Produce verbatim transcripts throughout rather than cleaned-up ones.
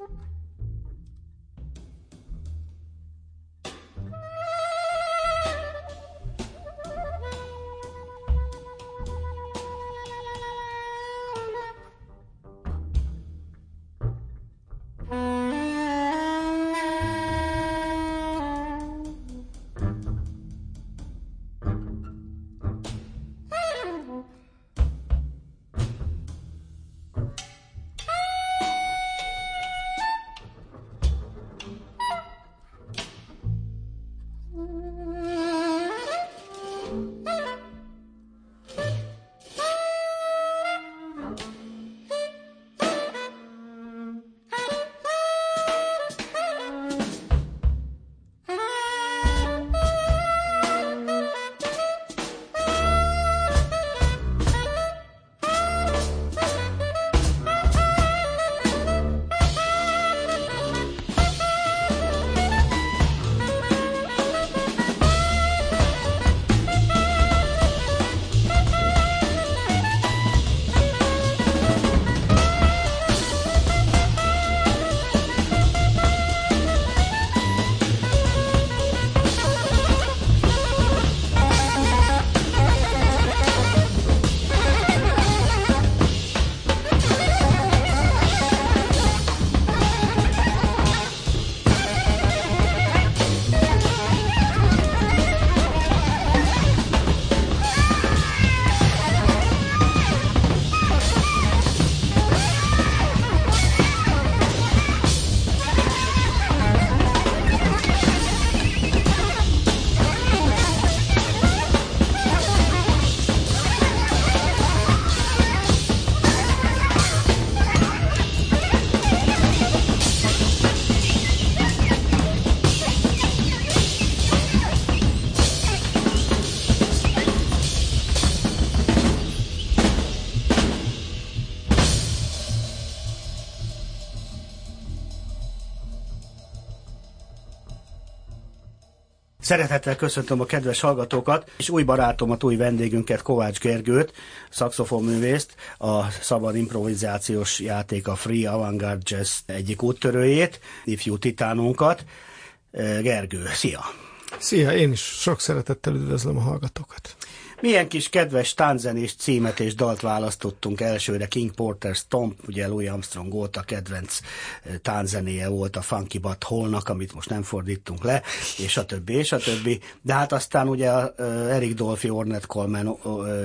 Szeretettel köszöntöm a kedves hallgatókat, és új barátomat, új vendégünket, Kovács Gergőt, szaxofonművészt, a szabad improvizációs játék, a Free Avantgarde Jazz egyik úttörőjét, ifjú titánunkat. Gergő, szia! Szia, én is sok szeretettel üdvözlöm a hallgatókat. Milyen kis kedves tánzenés címet és dalt választottunk elsőre. King Porter Stomp, ugye Louis Armstrong volt a kedvenc tánzenéje volt a Funky But Whole-nak, amit most nem fordítunk le, és a többi, és a többi. De hát aztán ugye Eric Dolphy, Ornette Coleman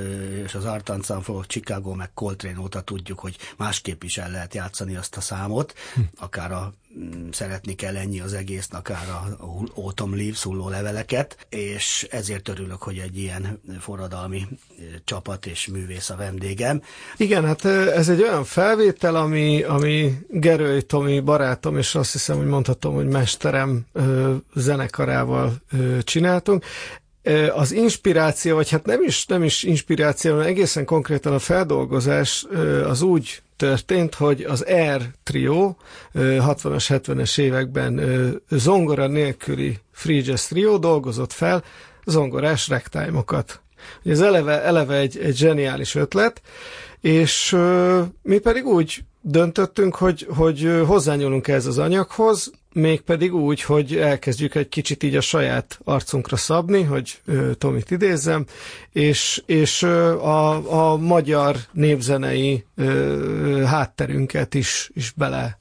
és az Art Ensemble of Chicago, meg Coltrane óta tudjuk, hogy másképp is el lehet játszani azt a számot, akár a szeretni kell ennyi az egész, akár a Autumn Leaves, hulló leveleket, és ezért örülök, hogy egy ilyen forradalmi csapat és művész a vendégem. Igen, hát ez egy olyan felvétel, ami, ami Gerő Tomi barátom, és azt hiszem, hogy mondhatom, hogy mesterem zenekarával csináltunk. Az inspiráció, vagy hát nem is, nem is inspiráció, hanem egészen konkrétan a feldolgozás az úgy történt, hogy az Air Trio hatvanas, hetvenes években zongora nélküli free jazz trio dolgozott fel zongorás ragtime-okat. Ez eleve, eleve egy, egy zseniális ötlet, és mi pedig úgy döntöttünk, hogy, hogy hozzányúlunk ez az anyaghoz, mégpedig úgy, hogy elkezdjük egy kicsit így a saját arcunkra szabni, hogy ö, Tomit idézzem, és, és ö, a, a magyar népzenei ö, hátterünket is, is bele,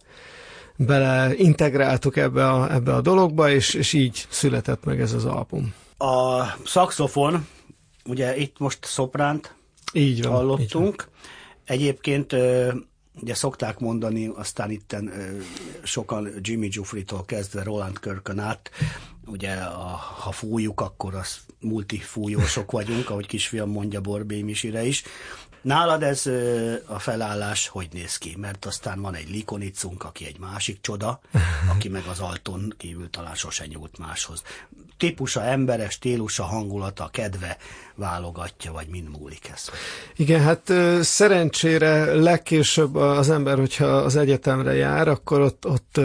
bele integráltuk ebbe a, ebbe a dologba, és, és így született meg ez az album. A szaxofon, ugye itt most szopránt így van, hallottunk, így van. Egyébként ö, ugye szokták mondani, aztán itten ö, sokan Jimmy Giuffritól kezdve Roland Kirkön át, ugye a, ha fújjuk, akkor az multifújósok vagyunk, ahogy kisfiam mondja Borbély Misire is. Nálad ez ö, a felállás hogy néz ki? Mert aztán van egy Likonicunk, aki egy másik csoda, aki meg az alton kívül talán sose nyúlt máshoz. Típusa, embere, stílusa, hangulata, kedve válogatja, vagy mind múlik ez? Igen, hát szerencsére legkésőbb az ember, hogyha az egyetemre jár, akkor ott, ott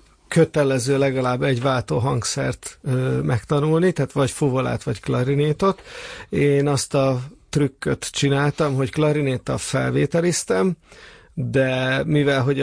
kötelező legalább egy váltó hangszert megtanulni, tehát vagy fuvolát, vagy klarinétot. Én azt a trükköt csináltam, hogy klarinéttal felvételiztem, de mivel hogy az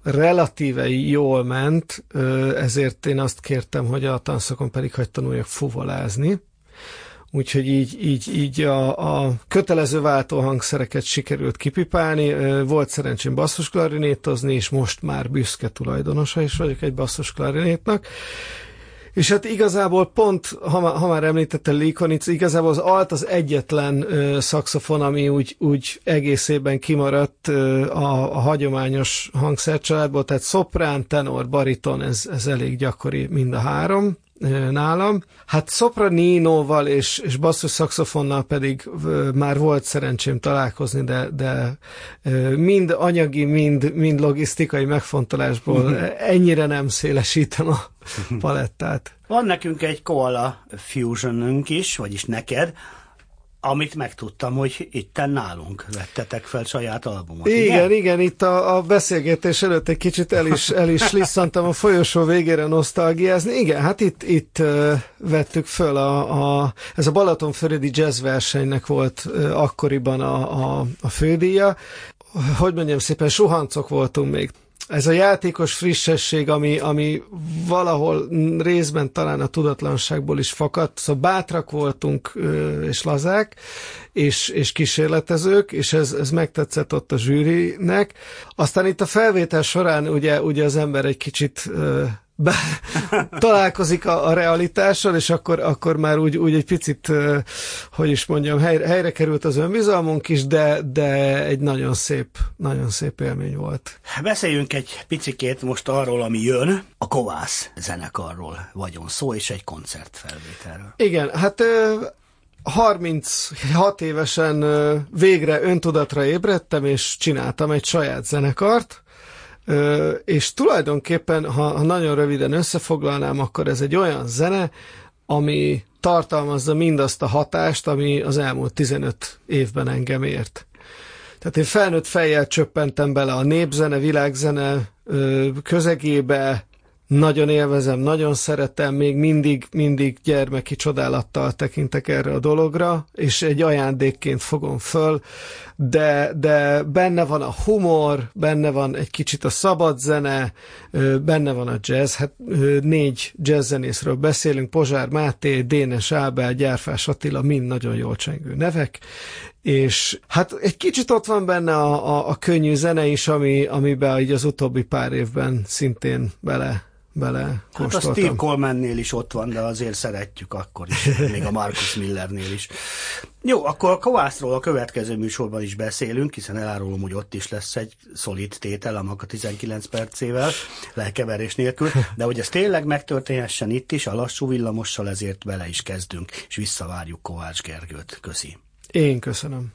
relatíve jól ment, ezért én azt kértem, hogy a tanszakon pedig hagy tanuljak fuvolázni. Úgyhogy így, így, így a, a kötelező váltóhangszereket sikerült kipipálni. Volt szerencsém basszusklarinétozni, és most már büszke tulajdonosa is vagyok egy basszusklarinétnak. És hát igazából pont, ha már, ha már említette Likonic, igazából az alt az egyetlen ö, szaxofon, ami úgy, úgy egészében kimaradt ö, a, a hagyományos hangszercsaládból, tehát szoprán, tenor, bariton, ez, ez elég gyakori mind a három ö, nálam. Hát szopraninóval és, és basszus szaxofonnal pedig ö, már volt szerencsém találkozni, de, de ö, mind anyagi, mind, mind logisztikai megfontolásból ennyire nem szélesítem a palettát. Van nekünk egy Koala Fusionünk is, vagyis neked, amit megtudtam, hogy itten nálunk vettetek fel saját albumot. Igen, igen, igen, itt a, a beszélgetés előtt egy kicsit el is, el is lisszantam a folyosó végére nosztalgiázni. Igen, hát itt, itt uh, vettük föl a, a, ez a Balatonfüredi jazz versenynek volt uh, akkoriban a, a, a fődíja. Hogy mondjam szépen, suhancok voltunk még. Ez a játékos frissesség, ami, ami valahol részben talán a tudatlanságból is fakadt, szóval bátrak voltunk és lazák, és, és kísérletezők, és ez, ez megtetszett ott a zsűrinek. Aztán itt a felvétel során ugye, ugye az ember egy kicsit be, találkozik a, a realitással, és akkor, akkor már úgy, úgy egy picit, hogy is mondjam, helyre, helyre került az önbizalmunk is, de, de egy nagyon szép, nagyon szép élmény volt. Beszéljünk egy picikét most arról, ami jön, a Kovász zenekarról vagyon szó, és egy koncertfelvételről. Igen, hát harminchat évesen végre öntudatra ébredtem, és csináltam egy saját zenekart, Ö, és tulajdonképpen, ha, ha nagyon röviden összefoglalnám, akkor ez egy olyan zene, ami tartalmazza mindazt a hatást, ami az elmúlt tizenöt évben engem ért. Tehát én felnőtt fejjel csöppentem bele a népzene, világzene ö, közegébe, nagyon élvezem, nagyon szeretem, még mindig, mindig gyermeki csodálattal tekintek erre a dologra, és egy ajándékként fogom föl, de, de benne van a humor, benne van egy kicsit a szabad zene, benne van a jazz, hát négy jazzzenészről beszélünk, Pozsár Máté, Dénes Ábel, Gyárfás Attila, mind nagyon jól csengő nevek, és hát egy kicsit ott van benne a, a, a könnyű zene is, ami, amiben így az utóbbi pár évben szintén bele bele hát a Steve Colemannél is ott van, de azért szeretjük akkor is, még a Marcus Millernél is. Jó, akkor a Kovászról a következő műsorban is beszélünk, hiszen elárulom, hogy ott is lesz egy szolid tétel, a maga tizenkilenc percével, lelkeverés nélkül, de hogy ez tényleg megtörténhessen itt is, a lassú villamossal, ezért bele is kezdünk, és visszavárjuk Kovács Gergőt. Köszi. Én köszönöm.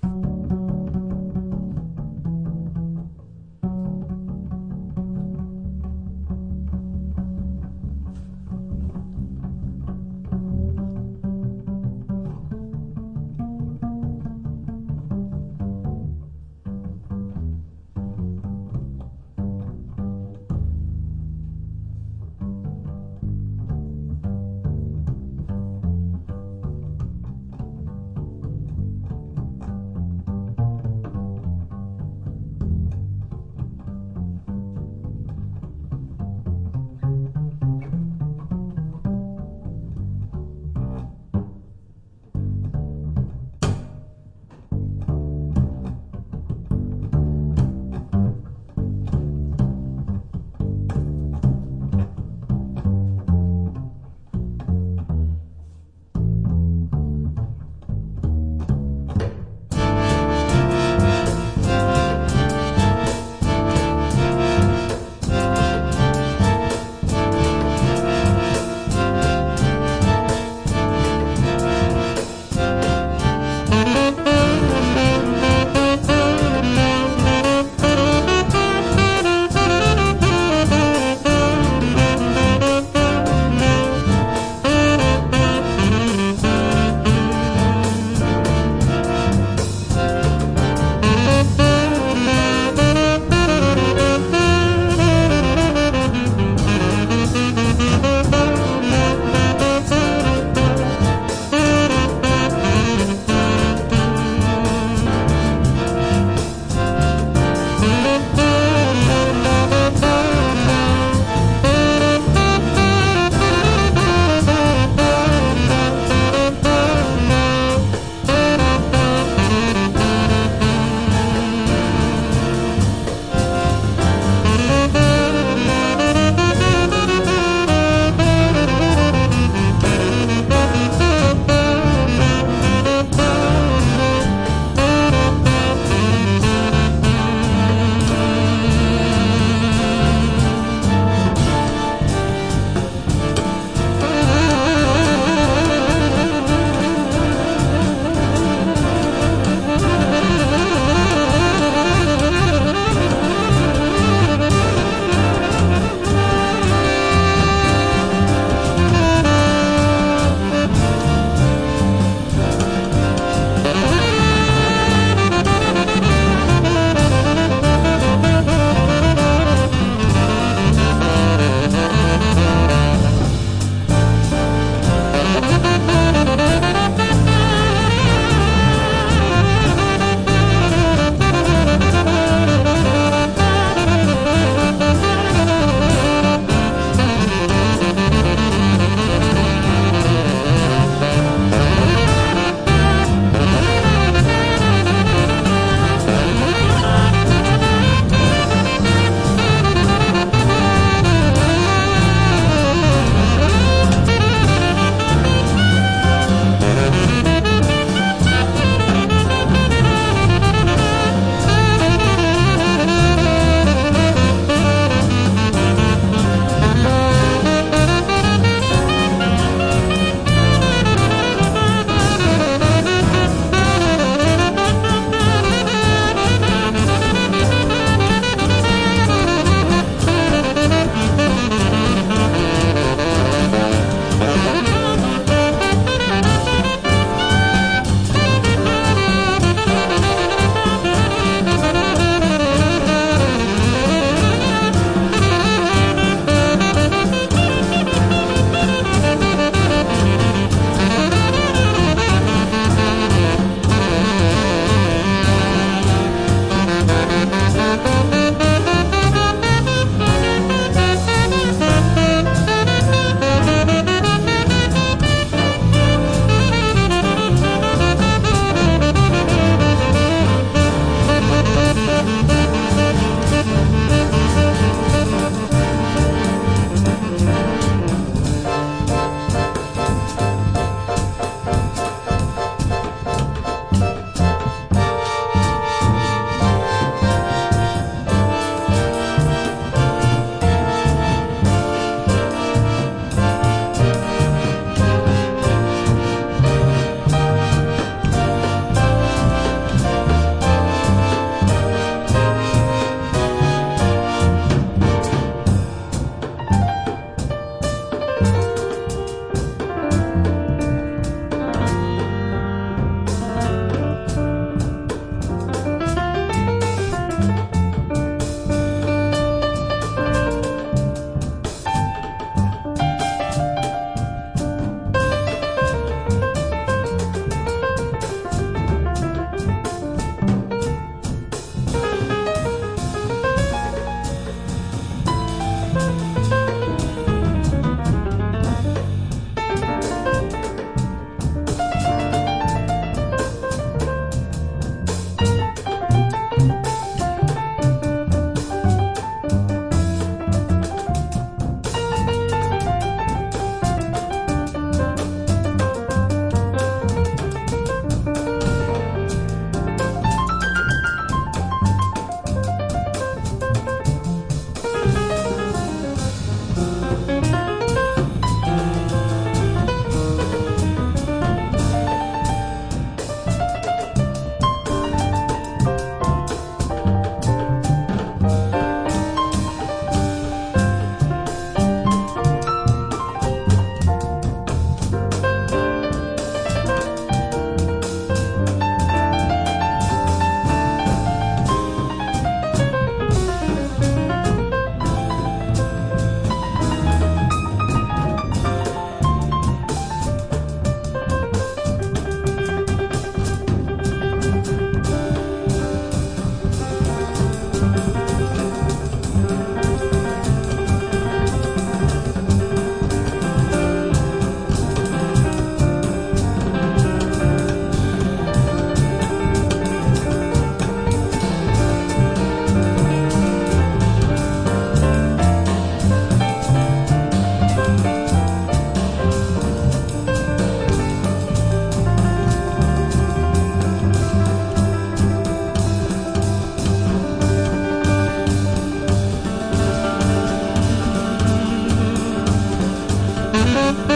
Thank you.